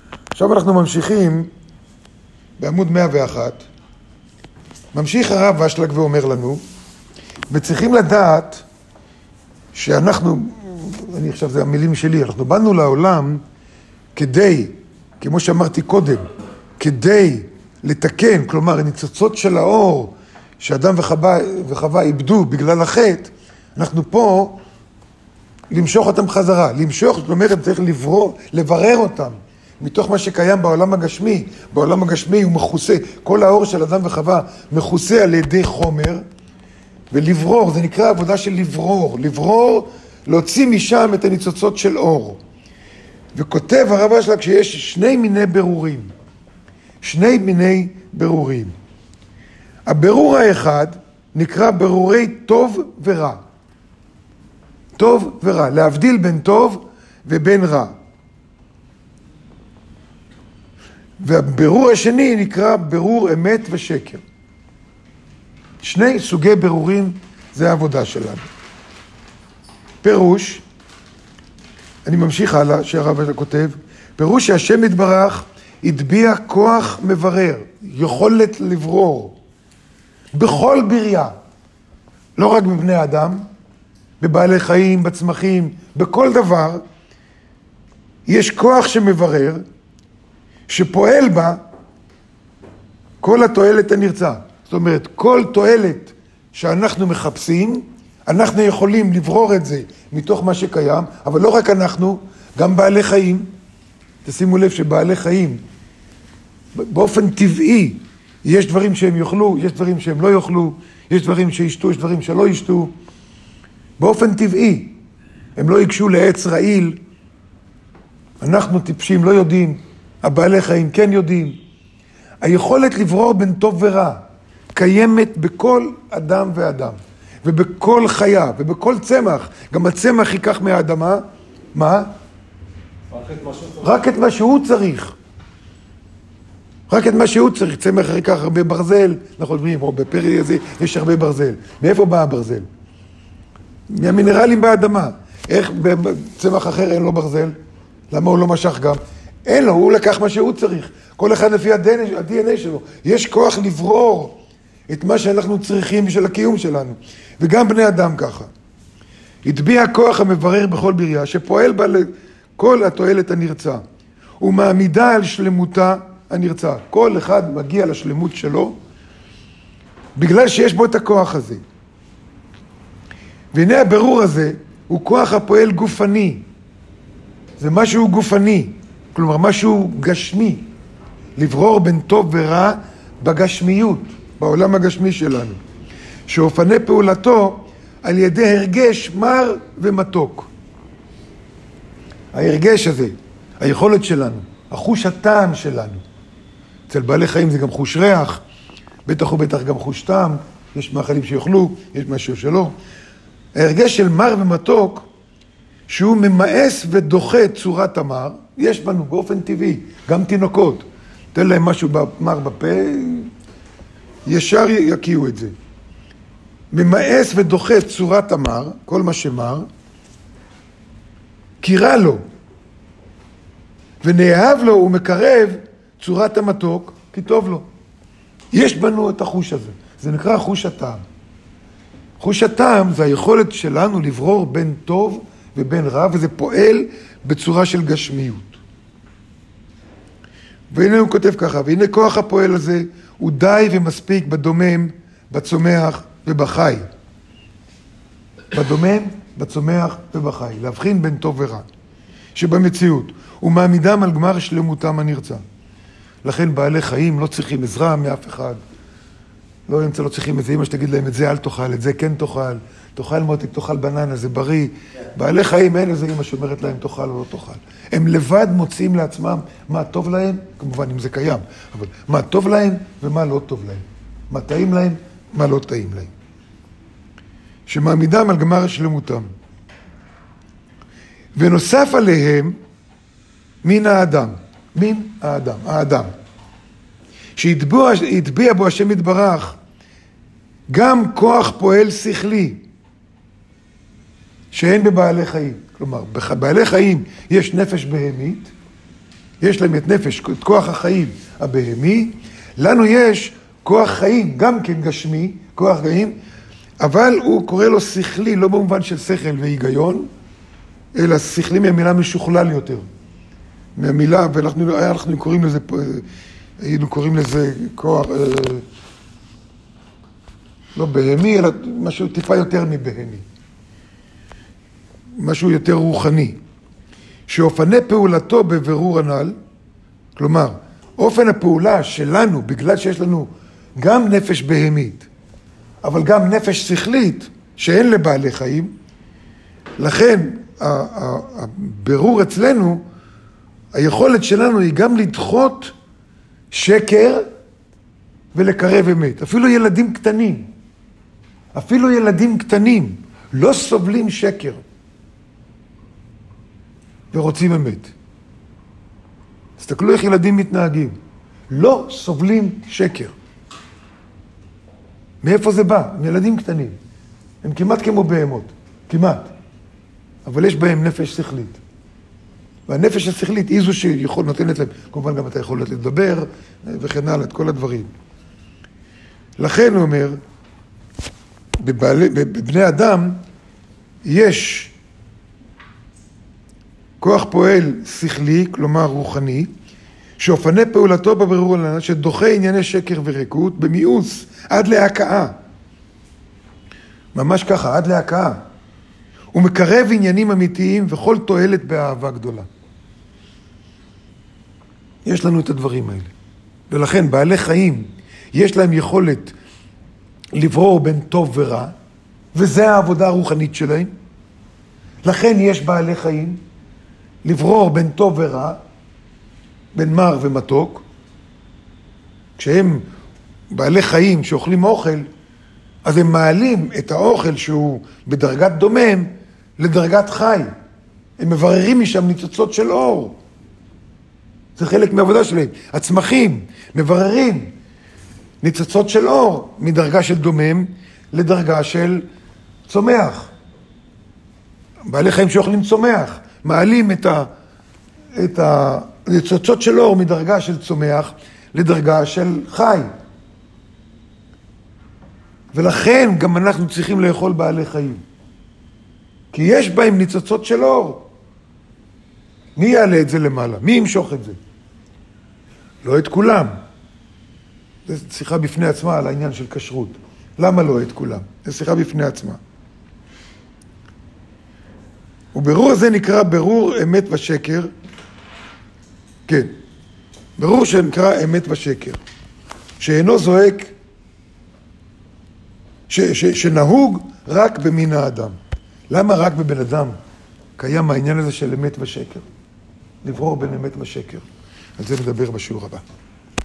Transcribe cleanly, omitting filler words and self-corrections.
עכשיו אנחנו ממשיכים בעמוד 101. ממשיך הרב אשלג ואומר לנו, וצריכים לדעת שאנחנו, אני חושב זה המילים שלי, אנחנו באנו לעולם כדי, כמו שאמרתי קודם, כדי לתקן, כלומר הניצוצות של האור שאדם וחווה איבדו בגלל החטא, אנחנו פה למשוך אותם חזרה. למשוך, זאת אומרת, צריך לברר אותם מתוך מה שקיים בעולם הגשמי. בעולם הגשמי הוא מכוסה, כל האור של אדם וחווה מכוסה על ידי חומר, ולברור, זה נקרא עבודה של לברור. לברור, להוציא משם את הניצוצות של אור. וכותב הרב אשלג שיש שני מיני ברורים. שני מיני ברורים. הברור האחד נקרא ברורי טוב ורע. טוב ורע, להבדיל בין טוב ובין רע. והברור השני נקרא ברור אמת ושקר. שני סוגי ברורים זה העבודה שלנו. פירוש, אני ממשיך הלאה שהרב כותב, פירוש שהשם יתברך הטביע כוח מברר, יכולת לברור, בכל בריאה, לא רק בבני האדם, בבעלי חיים, בצמחים, בכל דבר, יש כוח שמברר, שפועל בה כל התועלת הנרצה. זאת אומרת, כל תועלת שאנחנו מחפשים, אנחנו יכולים לברור את זה מתוך מה שקיים, אבל לא רק אנחנו, גם בעלי חיים. תשימו לב שבעלי חיים, באופן טבעי, יש דברים שהם יאכלו, יש דברים שהם לא יאכלו, יש דברים שישתו, יש דברים שלא ישתו. באופן טבעי, הם לא ייגשו לעץ רעיל, אנחנו טיפשים, לא יודעים, הבעלי חיים כן יודעים. היכולת לברור בין טוב ורע קיימת בכל אדם ואדם, ובכל חיה, ובכל צמח. גם הצמח ייקח מהאדמה, מה? רק את מה שהוא צריך. רק את מה שהוא צריך. צמח ייקח הרבה ברזל, אנחנו אומרים, או בפרי הזה יש הרבה ברזל. מאיפה בא הברזל? מהמינרלים באדמה. איך בצמח אחר אין לו ברזל? למה הוא לא משך גם? אין לו, הוא לקח מה שהוא צריך. כל אחד לפי ה-DNA שלו. יש כוח לברור את מה שאנחנו צריכים בשביל הקיום שלנו. וגם בני אדם ככה. הטביע כוח המברר בכל בריאה, שפועל בה לכל התועלת הנרצה. ומעמידה על שלמותה הנרצה. כל אחד מגיע לשלמות שלו, בגלל שיש בו את הכוח הזה. והנה הברור הזה, הוא כוח הפועל גופני. זה משהו גופני, כלומר משהו גשמי. לברור בין טוב ורע בגשמיות, בעולם הגשמי שלנו. שאופני פעולתו על ידי הרגש מר ומתוק. ההרגש הזה, היכולת שלנו, החוש הטעם שלנו. אצל בעלי חיים זה גם חוש ריח, בטח ובטח גם חוש טעם, יש מאכלים שיאכלו, יש משהו שלא. ההרגש של מר ומתוק, שהוא ממאס ודוחה צורת המר, יש בנו באופן טבעי, גם תינוקות. תן להם משהו מר בפה, ישר יקיעו את זה. ממאס ודוחה צורת המר, כל מה שמר, כי רע לו, ונאהב לו ומקרב צורת המתוק, כי טוב לו. יש בנו את החוש הזה, זה נקרא חוש הטעם. חוש הטעם זה היכולת שלנו לברור בין טוב ובין רע, וזה פועל בצורה של גשמיות. והנה הוא כותב ככה, והנה כוח הפועל הזה הוא די ומספיק בדומם, בצומח ובחי. בדומם, בצומח ובחי. להבחין בין טוב ורע. שבמציאות הוא מעמידם על גמר שלמותם הנרצה. לכן בעלי חיים לא צריכים עזרה מאף אחד. לא אמצע, לא צריכים איזה אמא שתגיד להם את זה אל תאכל, את זה כן תאכל. תאכל מותק, תאכל בננה, זה בריא. בעלי חיים אין איזה אמא שאומרת להם תאכל או לא תאכל. הם לבד מוצאים לעצמם מה טוב להם, כמובן אם זה קיים, אבל מה טוב להם ומה לא טוב להם. מה טעים להם, מה לא טעים להם. שמעמידם על גמר שלמותם. ונוסף עליהם מן האדם. מן האדם, האדם. שהטביע בו השם יתברך גם כוח פועל שכלי שאין בבעלי חיים. כלומר, בבעלי חיים יש נפש בהמית, יש להם את נפש, את כוח החיים הבהמי, לנו יש כוח חיים, גם כן גשמי, כוח חיים, אבל הוא קורא לו שכלי, לא במובן של שכל והיגיון, אלא שכלי מהמילה משוכלל יותר. מהמילה, ואנחנו קוראים לזה, היינו קוראים לזה כוח, לא בהמי, אלא משהו טיפה יותר מבהמי. משהו יותר רוחני. שאופני פעולתו בבירור הנ"ל, כלומר, אופן הפעולה שלנו, בגלל שיש לנו גם נפש בהמית, אבל גם נפש שכלית, שאין לבעלי חיים, לכן הבירור אצלנו, היכולת שלנו היא גם לדחות שקר ולקרב אמת. אפילו ילדים קטנים לא סובלים שקר ורוצים אמת. תסתכלו איך ילדים מתנהגים. לא סובלים שקר. מאיפה זה בא? הם ילדים קטנים. הם כמעט כמו בהמות. כמעט. אבל יש בהם נפש שכלית. והנפש השכלית היא זו נותנת להם, כמובן גם את היכולת לדבר וכן הלאה, את כל הדברים. לכן הוא אומר, בבני אדם יש כוח פועל שכלי, כלומר רוחני, שאופני פעולתו בבירור הנ"ל, שדוחה ענייני שקר וריקות במיאוס עד להכאה. ממש ככה, עד להכאה. הוא מקרב עניינים אמיתיים וכל תועלת באהבה גדולה. יש לנו את הדברים האלה. ולכן בעלי חיים, יש להם יכולת לברור בין טוב ורע, וזה העבודה הרוחנית שלהם. לכן יש בעלי חיים לברור בין טוב ורע, בין מר ומתוק. כשהם בעלי חיים שאוכלים אוכל, אז הם מעלים את האוכל שהוא בדרגת דומם לדרגת חי. הם מבררים משם ניצוצות של אור. זה חלק מהעבודה שלהם. הצמחים מבררים ניצוצות של אור מדרגה של דומם לדרגה של צומח. בעלי חיים שאוכלים צומח מעלים את הניצוצות של אור מדרגה של צומח לדרגה של חי. ולכן גם אנחנו צריכים לאכול בעלי חיים. כי יש בהם ניצוצות של אור. מי יעלה את זה למעלה? מי ימשוך את זה? לא את כולם. זו שיחה בפני עצמה על העניין של כשרות. למה לא את כולם? זו שיחה בפני עצמה. ובירור הזה נקרא בירור אמת ושקר. כן. בירור שנקרא אמת ושקר. שאינו זועק, שנהוג רק במין האדם. למה רק בבן אדם קיים העניין הזה של אמת ושקר? לברור בין אמת ושקר. על זה נדבר בשיעור הבא.